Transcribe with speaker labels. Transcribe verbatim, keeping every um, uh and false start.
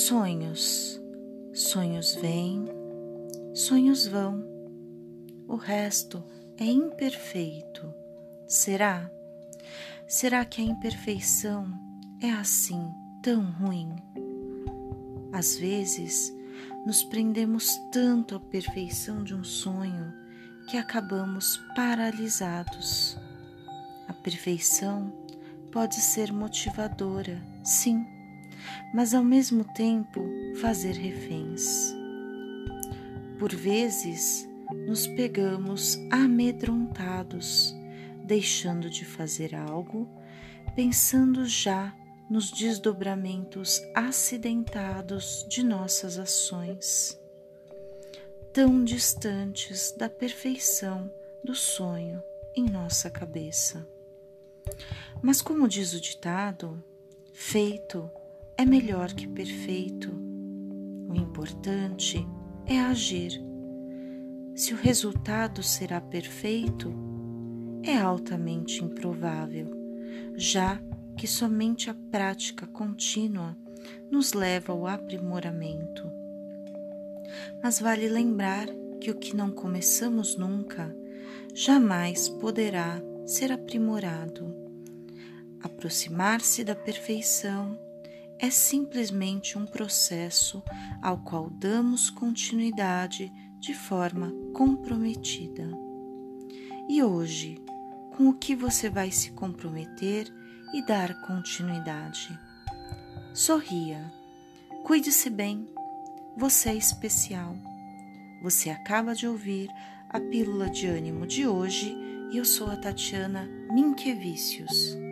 Speaker 1: Sonhos. Sonhos vêm, sonhos vão. O resto é imperfeito. Será? Será que a imperfeição é assim tão ruim? Às vezes, nos prendemos tanto à perfeição de um sonho que acabamos paralisados. A perfeição pode ser motivadora, sim, mas ao mesmo tempo fazer reféns. Por vezes, nos pegamos amedrontados, deixando de fazer algo, pensando já nos desdobramentos acidentados de nossas ações, tão distantes da perfeição do sonho em nossa cabeça. Mas como diz o ditado, feito é melhor que perfeito. O importante é agir. Se o resultado será perfeito, é altamente improvável, já que somente a prática contínua nos leva ao aprimoramento. Mas vale lembrar que o que não começamos nunca, jamais poderá ser aprimorado. Aproximar-se da perfeição é simplesmente um processo ao qual damos continuidade de forma comprometida. E hoje, com o que você vai se comprometer e dar continuidade? Sorria, cuide-se bem, você é especial. Você acaba de ouvir a Pílula de Ânimo de hoje e eu sou a Tatiana Minquevicius.